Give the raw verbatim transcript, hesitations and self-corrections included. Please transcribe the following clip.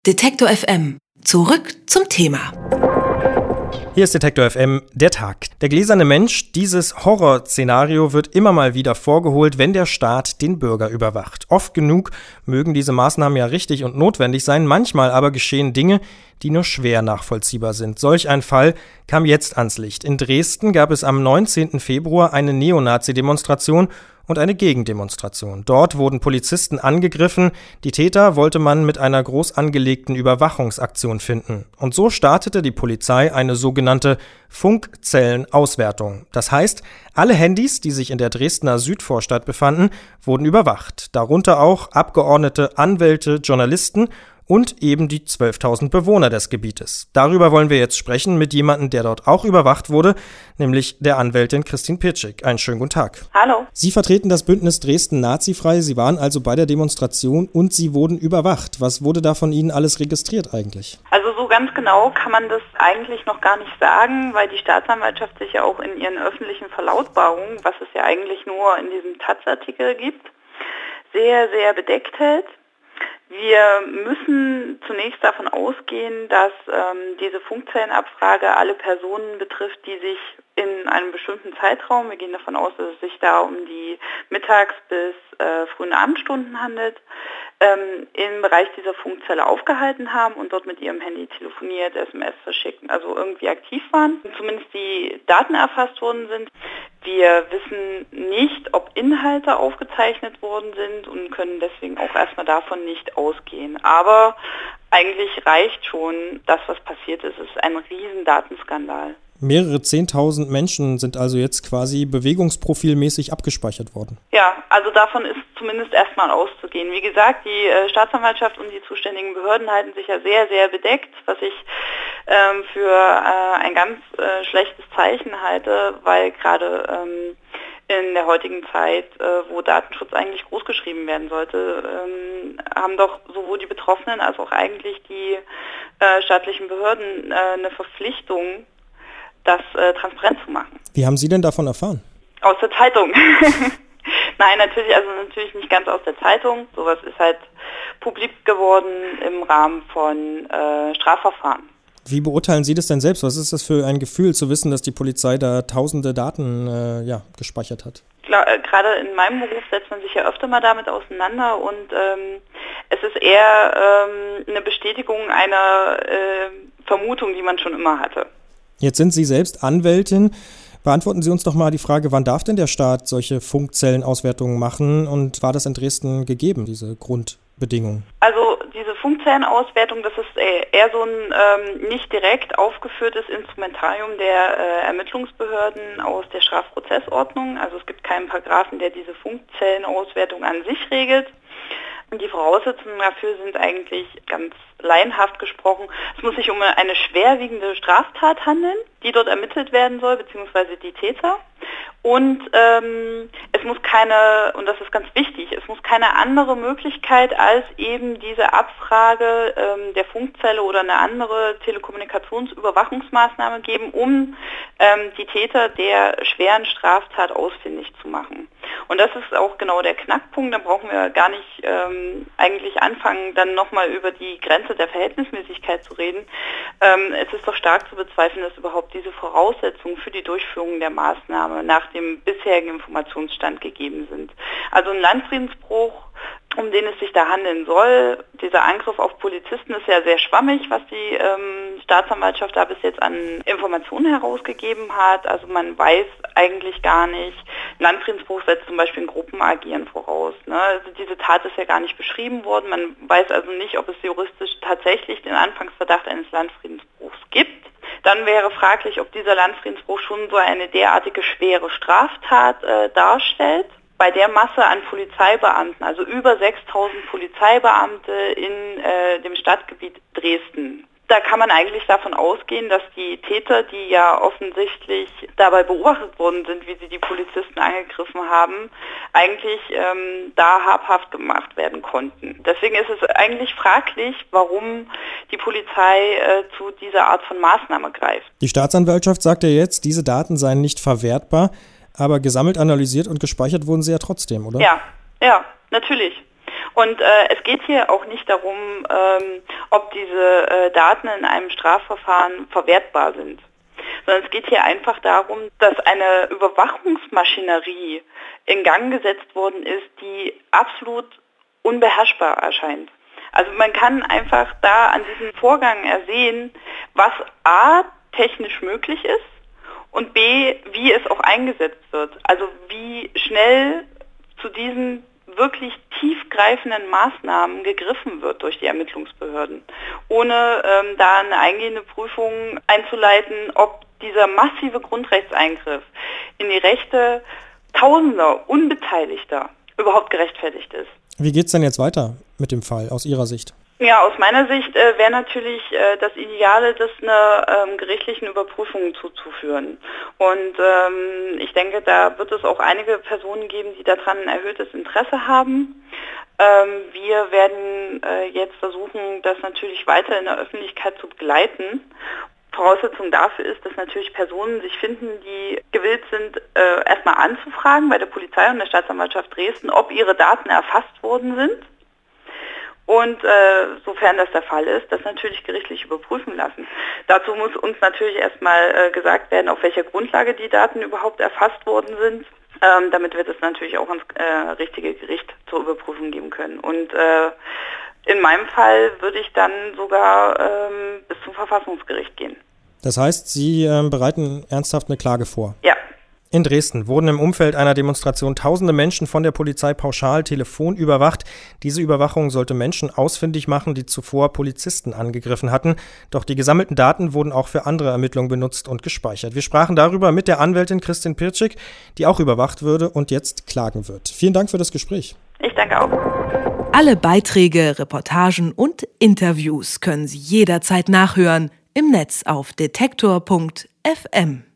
Detektor F M. Zurück zum Thema. Hier ist Detektor F M, der Tag. Der gläserne Mensch, dieses Horrorszenario wird immer mal wieder vorgeholt, wenn der Staat den Bürger überwacht. Oft genug mögen diese Maßnahmen ja richtig und notwendig sein, manchmal aber geschehen Dinge, die nur schwer nachvollziehbar sind. Solch ein Fall kam jetzt ans Licht. In Dresden gab es am neunzehnten Februar eine Neonazi-Demonstration und eine Gegendemonstration. Dort wurden Polizisten angegriffen. Die Täter wollte man mit einer groß angelegten Überwachungsaktion finden. Und so startete die Polizei eine sogenannte Funkzellenauswertung. Das heißt, alle Handys, die sich in der Dresdner Südvorstadt befanden, wurden überwacht. Darunter auch Abgeordnete, Anwälte, Journalisten und eben die zwölftausend Bewohner des Gebietes. Darüber wollen wir jetzt sprechen mit jemandem, der dort auch überwacht wurde, nämlich der Anwältin Christine Pitschik. Einen schönen guten Tag. Hallo. Sie vertreten das Bündnis Dresden Nazifrei. Sie waren also bei der Demonstration und Sie wurden überwacht. Was wurde da von Ihnen alles registriert eigentlich? Also so ganz genau kann man das eigentlich noch gar nicht sagen, weil die Staatsanwaltschaft sich ja auch in ihren öffentlichen Verlautbarungen, was es ja eigentlich nur in diesem Taz-Artikel gibt, sehr, sehr bedeckt hält. Wir müssen zunächst davon ausgehen, dass ähm, diese Funkzellenabfrage alle Personen betrifft, die sich in einem bestimmten Zeitraum, wir gehen davon aus, dass es sich da um die Mittags- bis äh, frühen Abendstunden handelt, ähm, im Bereich dieser Funkzelle aufgehalten haben und dort mit ihrem Handy telefoniert, S M S verschickt, also irgendwie aktiv waren. Zumindest die Daten erfasst worden sind. Wir wissen nicht, ob Inhalte aufgezeichnet worden sind und können deswegen auch erstmal davon nicht ausgehen. Aber eigentlich reicht schon das, was passiert ist. Es ist ein riesen Datenskandal. Mehrere Zehntausend Menschen sind also jetzt quasi bewegungsprofilmäßig abgespeichert worden. Ja, also davon ist zumindest erstmal auszugehen. Wie gesagt, die äh, Staatsanwaltschaft und die zuständigen Behörden halten sich ja sehr, sehr bedeckt, was ich ähm, für äh, ein ganz äh, schlechtes Zeichen halte, weil gerade ähm, in der heutigen Zeit, äh, wo Datenschutz eigentlich großgeschrieben werden sollte, ähm, haben doch sowohl die Betroffenen als auch eigentlich die äh, staatlichen Behörden äh, eine Verpflichtung, das äh, transparent zu machen. Wie haben Sie denn davon erfahren? Aus der Zeitung. Nein, natürlich, also natürlich nicht ganz aus der Zeitung. Sowas ist halt publik geworden im Rahmen von äh, Strafverfahren. Wie beurteilen Sie das denn selbst? Was ist das für ein Gefühl, zu wissen, dass die Polizei da tausende Daten äh, ja, gespeichert hat? Klar, äh, gerade in meinem Beruf setzt man sich ja öfter mal damit auseinander und ähm, es ist eher ähm, eine Bestätigung einer äh, Vermutung, die man schon immer hatte. Jetzt sind Sie selbst Anwältin. Beantworten Sie uns doch mal die Frage, wann darf denn der Staat solche Funkzellenauswertungen machen und war das in Dresden gegeben, diese Grundbedingungen? Also diese Funkzellenauswertung, das ist eher so ein ähm, nicht direkt aufgeführtes Instrumentarium der äh, Ermittlungsbehörden aus der Strafprozessordnung. Also es gibt keinen Paragraphen, der diese Funkzellenauswertung an sich regelt. Die Voraussetzungen dafür sind eigentlich ganz laienhaft gesprochen. Es muss sich um eine schwerwiegende Straftat handeln, die dort ermittelt werden soll, beziehungsweise die Täter. Und ähm, es muss keine, und das ist ganz wichtig, es muss keine andere Möglichkeit als eben diese Abfrage ähm, der Funkzelle oder eine andere Telekommunikationsüberwachungsmaßnahme geben, um ähm, die Täter der schweren Straftat ausfindig zu machen. Und das ist auch genau der Knackpunkt, da brauchen wir gar nicht ähm, eigentlich anfangen, dann nochmal über die Grenze der Verhältnismäßigkeit zu reden. Ähm, es ist doch stark zu bezweifeln, dass überhaupt diese Voraussetzungen für die Durchführung der Maßnahme nach dem bisherigen Informationsstand gegeben sind. Also ein Landfriedensbruch, um den es sich da handeln soll. Dieser Angriff auf Polizisten ist ja sehr schwammig, was die ähm, Staatsanwaltschaft da bis jetzt an Informationen herausgegeben hat. Also man weiß eigentlich gar nicht. Landfriedensbruch setzt zum Beispiel ein Gruppenagieren voraus. Ne? Also diese Tat ist ja gar nicht beschrieben worden. Man weiß also nicht, ob es juristisch tatsächlich den Anfangsverdacht eines Landfriedensbruchs gibt. Dann wäre fraglich, ob dieser Landfriedensbruch schon so eine derartige schwere Straftat äh, darstellt. Bei der Masse an Polizeibeamten, also über sechstausend Polizeibeamte in äh, dem Stadtgebiet Dresden, da kann man eigentlich davon ausgehen, dass die Täter, die ja offensichtlich dabei beobachtet worden sind, wie sie die Polizisten angegriffen haben, eigentlich ähm, da habhaft gemacht werden konnten. Deswegen ist es eigentlich fraglich, warum die Polizei äh, zu dieser Art von Maßnahme greift. Die Staatsanwaltschaft sagt ja jetzt, diese Daten seien nicht verwertbar, aber gesammelt, analysiert und gespeichert wurden sie ja trotzdem, oder? Ja, ja, natürlich. Und äh, es geht hier auch nicht darum, ähm, ob diese äh, Daten in einem Strafverfahren verwertbar sind, sondern es geht hier einfach darum, dass eine Überwachungsmaschinerie in Gang gesetzt worden ist, die absolut unbeherrschbar erscheint. Also man kann einfach da an diesem Vorgang ersehen, was A, technisch möglich ist und B, wie es auch eingesetzt wird. Also wie schnell zu diesen wirklich tiefgreifenden Maßnahmen gegriffen wird durch die Ermittlungsbehörden, ohne ähm, da eine eingehende Prüfung einzuleiten, ob dieser massive Grundrechtseingriff in die Rechte Tausender Unbeteiligter überhaupt gerechtfertigt ist. Wie geht's denn jetzt weiter mit dem Fall aus Ihrer Sicht? Ja, aus meiner Sicht äh, wäre natürlich äh, das Ideale, das einer ähm, gerichtlichen Überprüfung zuzuführen. Und ähm, ich denke, da wird es auch einige Personen geben, die daran ein erhöhtes Interesse haben. Ähm, wir werden äh, jetzt versuchen, das natürlich weiter in der Öffentlichkeit zu begleiten. Voraussetzung dafür ist, dass natürlich Personen sich finden, die gewillt sind, äh, erstmal anzufragen bei der Polizei und der Staatsanwaltschaft Dresden, ob ihre Daten erfasst worden sind. Und äh, sofern das der Fall ist, das natürlich gerichtlich überprüfen lassen. Dazu muss uns natürlich erstmal äh, gesagt werden, auf welcher Grundlage die Daten überhaupt erfasst worden sind, ähm, damit wir das natürlich auch ans äh, richtige Gericht zur Überprüfung geben können. Und äh, in meinem Fall würde ich dann sogar ähm, bis zum Verfassungsgericht gehen. Das heißt, Sie ähm, bereiten ernsthaft eine Klage vor? Ja. In Dresden wurden im Umfeld einer Demonstration tausende Menschen von der Polizei pauschal telefonüberwacht. Diese Überwachung sollte Menschen ausfindig machen, die zuvor Polizisten angegriffen hatten. Doch die gesammelten Daten wurden auch für andere Ermittlungen benutzt und gespeichert. Wir sprachen darüber mit der Anwältin Christin Pirczyk, die auch überwacht würde und jetzt klagen wird. Vielen Dank für das Gespräch. Ich danke auch. Alle Beiträge, Reportagen und Interviews können Sie jederzeit nachhören im Netz auf detektor punkt f m.